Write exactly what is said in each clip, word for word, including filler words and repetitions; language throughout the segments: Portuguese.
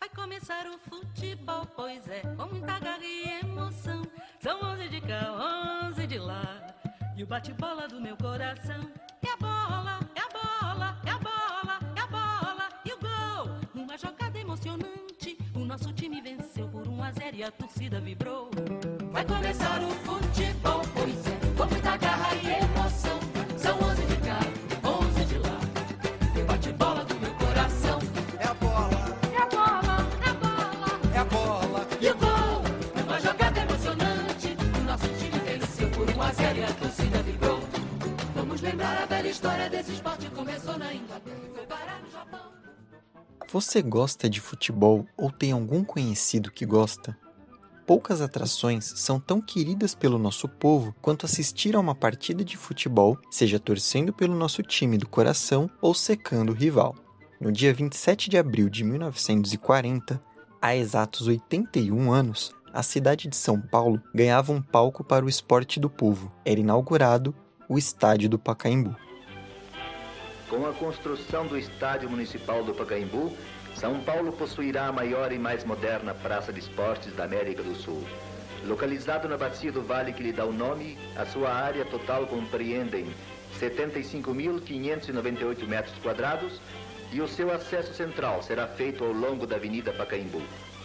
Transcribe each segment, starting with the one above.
Vai começar o futebol, pois é, com muita garra e emoção. São onze de cá, onze de lá, e o bate-bola do meu coração. É a bola, é a bola, é a bola, é a bola, e o gol. Numa jogada emocionante, o nosso time venceu por um a zero e a torcida vibrou. Vai começar o futebol, pois é, com muita garra e emoção. São onze de cá, onze de lá, e o bate-bola do meu coração. É a bola, é a bola, é a bola, é a bola, e o gol. Numa jogada emocionante, o nosso time venceu por um a zero e a torcida vibrou. Vamos lembrar a velha história desse esporte, começou na Inglaterra e foi parar no Japão. Você gosta de futebol ou tem algum conhecido que gosta? Poucas atrações são tão queridas pelo nosso povo quanto assistir a uma partida de futebol, seja torcendo pelo nosso time do coração ou secando o rival. No dia vinte e sete de abril de mil novecentos e quarenta, há exatos oitenta e um anos, a cidade de São Paulo ganhava um palco para o esporte do povo. Era inaugurado o Estádio do Pacaembu. Com a construção do Estádio Municipal do Pacaembu, São Paulo possuirá a maior e mais moderna praça de esportes da América do Sul. Localizado na bacia do vale que lhe dá o nome, a sua área total compreende setenta e cinco mil quinhentos e noventa e oito metros quadrados e o seu acesso central será feito ao longo da Avenida Pacaembu.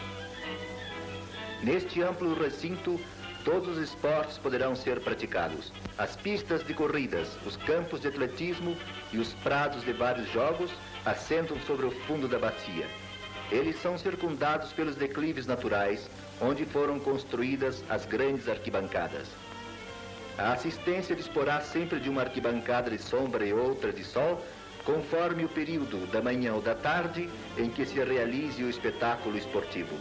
Neste amplo recinto, todos os esportes poderão ser praticados. As pistas de corridas, os campos de atletismo e os prados de vários jogos assentam sobre o fundo da bacia. Eles são circundados pelos declives naturais, onde foram construídas as grandes arquibancadas. A assistência disporá sempre de uma arquibancada de sombra e outra de sol, conforme o período da manhã ou da tarde em que se realize o espetáculo esportivo.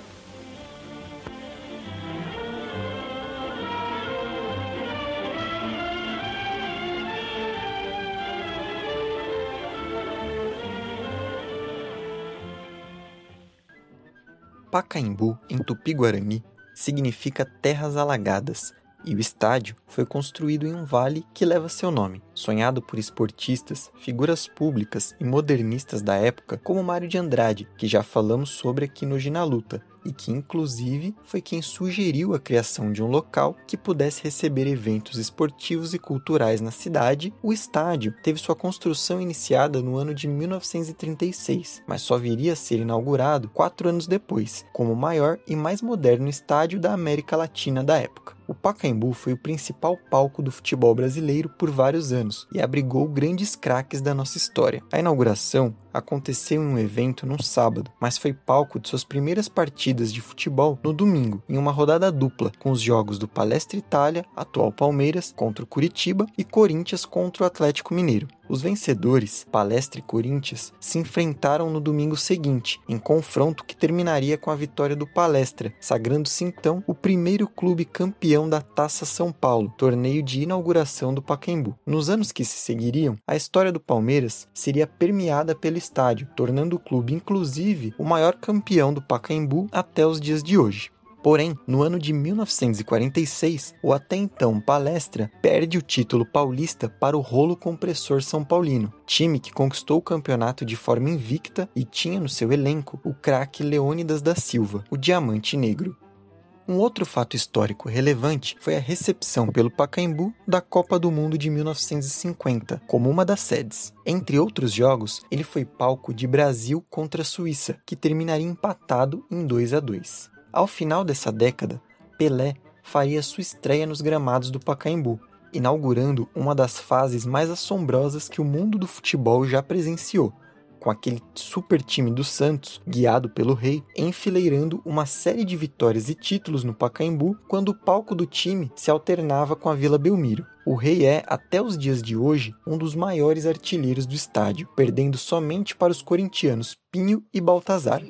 Pacaembu, em Tupi-Guarani, significa terras alagadas, e o estádio foi construído em um vale que leva seu nome, sonhado por esportistas, figuras públicas e modernistas da época como Mário de Andrade, que já falamos sobre aqui no Gina Luta, e que inclusive foi quem sugeriu a criação de um local que pudesse receber eventos esportivos e culturais na cidade. O estádio teve sua construção iniciada no ano de mil novecentos e trinta e seis, mas só viria a ser inaugurado quatro anos depois, como o maior e mais moderno estádio da América Latina da época. O Pacaembu foi o principal palco do futebol brasileiro por vários anos e abrigou grandes craques da nossa história. A inauguração aconteceu em um evento num sábado, mas foi palco de suas primeiras partidas de futebol no domingo, em uma rodada dupla, com os jogos do Palestra Itália, atual Palmeiras, contra o Curitiba e Corinthians contra o Atlético Mineiro. Os vencedores, Palestra e Corinthians, se enfrentaram no domingo seguinte, em confronto que terminaria com a vitória do Palestra, sagrando-se então o primeiro clube campeão da Taça São Paulo, torneio de inauguração do Pacaembu. Nos anos que se seguiriam, a história do Palmeiras seria permeada pelo estádio, tornando o clube, inclusive, o maior campeão do Pacaembu até os dias de hoje. Porém, no ano de mil novecentos e quarenta e seis, o até então Palestra perde o título paulista para o Rolo Compressor São Paulino, time que conquistou o campeonato de forma invicta e tinha no seu elenco o craque Leônidas da Silva, o Diamante Negro. Um outro fato histórico relevante foi a recepção pelo Pacaembu da Copa do Mundo de mil novecentos e cinquenta, como uma das sedes. Entre outros jogos, ele foi palco de Brasil contra a Suíça, que terminaria empatado em dois a dois. Ao final dessa década, Pelé faria sua estreia nos gramados do Pacaembu, inaugurando uma das fases mais assombrosas que o mundo do futebol já presenciou, com aquele super time do Santos, guiado pelo Rei, enfileirando uma série de vitórias e títulos no Pacaembu, quando o palco do time se alternava com a Vila Belmiro. O Rei é, até os dias de hoje, um dos maiores artilheiros do estádio, perdendo somente para os corintianos Pinho e Baltazar.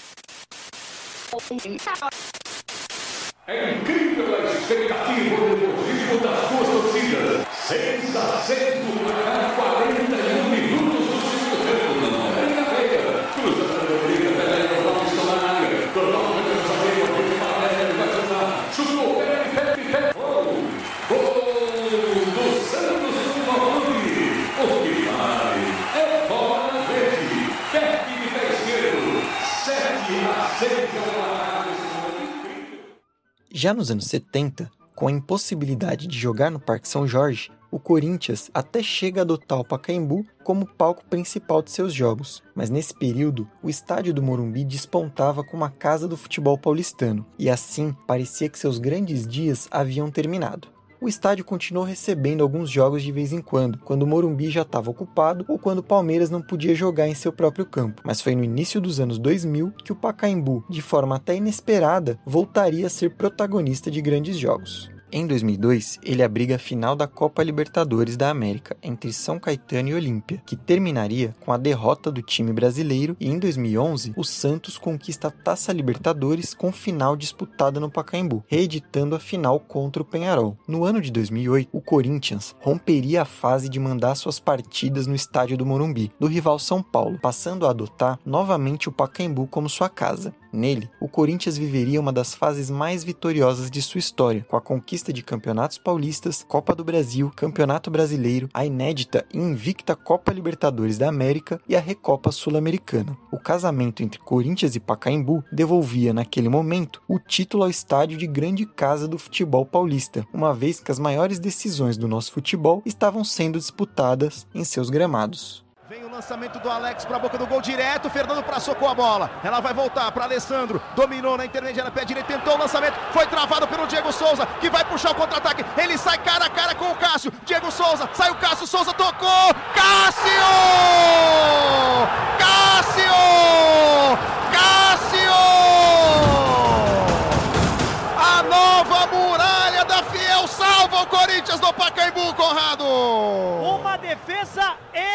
É incrível a expectativa do nervosismo das duas torcidas. seis a zero a quarenta e um minutos do segundo tempo. Brincadeira. Cruza para a briga, Pelé, o estão na área. Totalmente desafiado, Pelé vai chutar. Chutou, Pelé, Pepe, Pepe. Gol! Gol do Santos Futebol Clube. O que vai? É bola verde. Pepe de pé esquerdo. Sete Já nos anos setenta, com a impossibilidade de jogar no Parque São Jorge, o Corinthians até chega a adotar o Pacaembu como palco principal de seus jogos, mas nesse período o estádio do Morumbi despontava como a casa do futebol paulistano, e assim parecia que seus grandes dias haviam terminado. O estádio continuou recebendo alguns jogos de vez em quando, quando o Morumbi já estava ocupado ou quando o Palmeiras não podia jogar em seu próprio campo, mas foi no início dos anos dois mil que o Pacaembu, de forma até inesperada, voltaria a ser protagonista de grandes jogos. Em dois mil e dois, ele abriga a final da Copa Libertadores da América entre São Caetano e Olímpia, que terminaria com a derrota do time brasileiro, e em dois mil e onze, o Santos conquista a Taça Libertadores com final disputada no Pacaembu, reeditando a final contra o Peñarol. No ano de dois mil e oito, o Corinthians romperia a fase de mandar suas partidas no estádio do Morumbi, do rival São Paulo, passando a adotar novamente o Pacaembu como sua casa. Nele, o Corinthians viveria uma das fases mais vitoriosas de sua história, com a conquista de campeonatos paulistas, Copa do Brasil, Campeonato Brasileiro, a inédita e invicta Copa Libertadores da América e a Recopa Sul-Americana. O casamento entre Corinthians e Pacaembu devolvia, naquele momento, o título ao estádio de grande casa do futebol paulista, uma vez que as maiores decisões do nosso futebol estavam sendo disputadas em seus gramados. Vem o lançamento do Alex para a boca do gol direto, Fernando para socou a bola, ela vai voltar para Alessandro, dominou na intermediária, pé direito, tentou o lançamento, foi travado pelo Diego Souza, que vai puxar o contra-ataque, ele sai cara a cara com o Cássio, Diego Souza, sai o Cássio, Souza tocou, Cássio! Cássio! Cássio! A nova muralha da Fiel salva o Corinthians do Pacaembu, Conrado! Uma defesa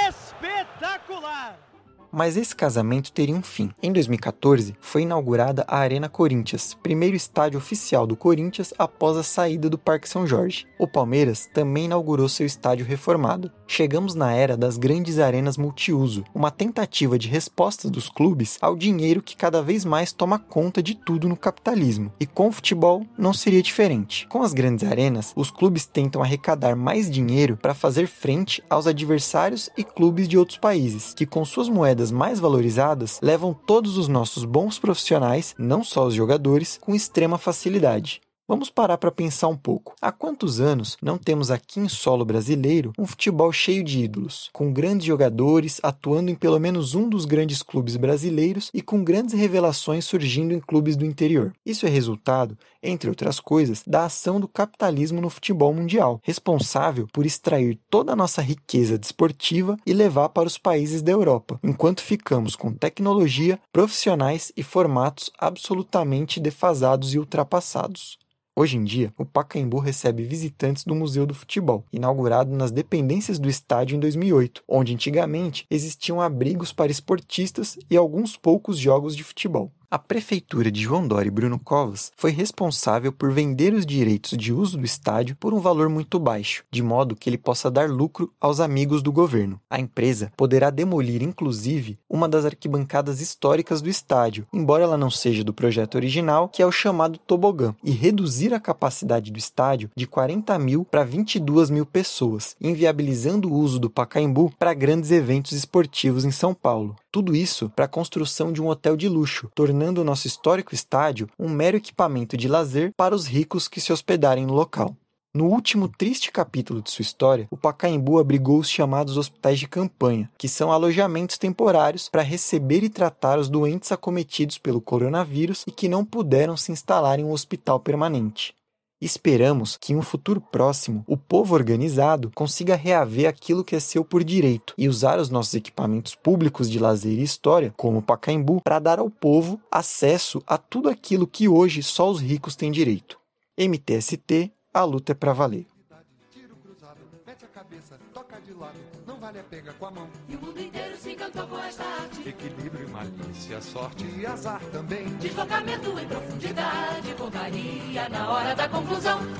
espetacular! Mas esse casamento teria um fim. Em dois mil e quatorze, foi inaugurada a Arena Corinthians, primeiro estádio oficial do Corinthians após a saída do Parque São Jorge. O Palmeiras também inaugurou seu estádio reformado. Chegamos na era das grandes arenas multiuso, uma tentativa de resposta dos clubes ao dinheiro que cada vez mais toma conta de tudo no capitalismo. E com o futebol não seria diferente. Com as grandes arenas, os clubes tentam arrecadar mais dinheiro para fazer frente aos adversários e clubes de outros países, que com suas moedas mais valorizadas levam todos os nossos bons profissionais, não só os jogadores, com extrema facilidade. Vamos parar para pensar um pouco. Há quantos anos não temos aqui em solo brasileiro um futebol cheio de ídolos, com grandes jogadores atuando em pelo menos um dos grandes clubes brasileiros e com grandes revelações surgindo em clubes do interior? Isso é resultado, entre outras coisas, da ação do capitalismo no futebol mundial, responsável por extrair toda a nossa riqueza desportiva e levar para os países da Europa, enquanto ficamos com tecnologia, profissionais e formatos absolutamente defasados e ultrapassados. Hoje em dia, o Pacaembu recebe visitantes do Museu do Futebol, inaugurado nas dependências do estádio em dois mil e oito, onde antigamente existiam abrigos para esportistas e alguns poucos jogos de futebol. A prefeitura de João Dória e Bruno Covas foi responsável por vender os direitos de uso do estádio por um valor muito baixo, de modo que ele possa dar lucro aos amigos do governo. A empresa poderá demolir, inclusive, uma das arquibancadas históricas do estádio, embora ela não seja do projeto original, que é o chamado tobogã, e reduzir a capacidade do estádio de quarenta mil para vinte e duas mil pessoas, inviabilizando o uso do Pacaembu para grandes eventos esportivos em São Paulo. Tudo isso para a construção de um hotel de luxo, tornando o nosso histórico estádio um mero equipamento de lazer para os ricos que se hospedarem no local. No último triste capítulo de sua história, o Pacaembu abrigou os chamados hospitais de campanha, que são alojamentos temporários para receber e tratar os doentes acometidos pelo coronavírus e que não puderam se instalar em um hospital permanente. Esperamos que em um futuro próximo o povo organizado consiga reaver aquilo que é seu por direito e usar os nossos equipamentos públicos de lazer e história, como o Pacaembu, para dar ao povo acesso a tudo aquilo que hoje só os ricos têm direito. M T S T, a luta é pra valer. Tiro cruzado, mete a cabeça, toca de lado, não vale a pega com a mão. E o mundo inteiro se encantou com esta arte. Equilíbrio e malícia, sorte e azar também. Deslocamento em profundidade, pontaria na hora da conclusão.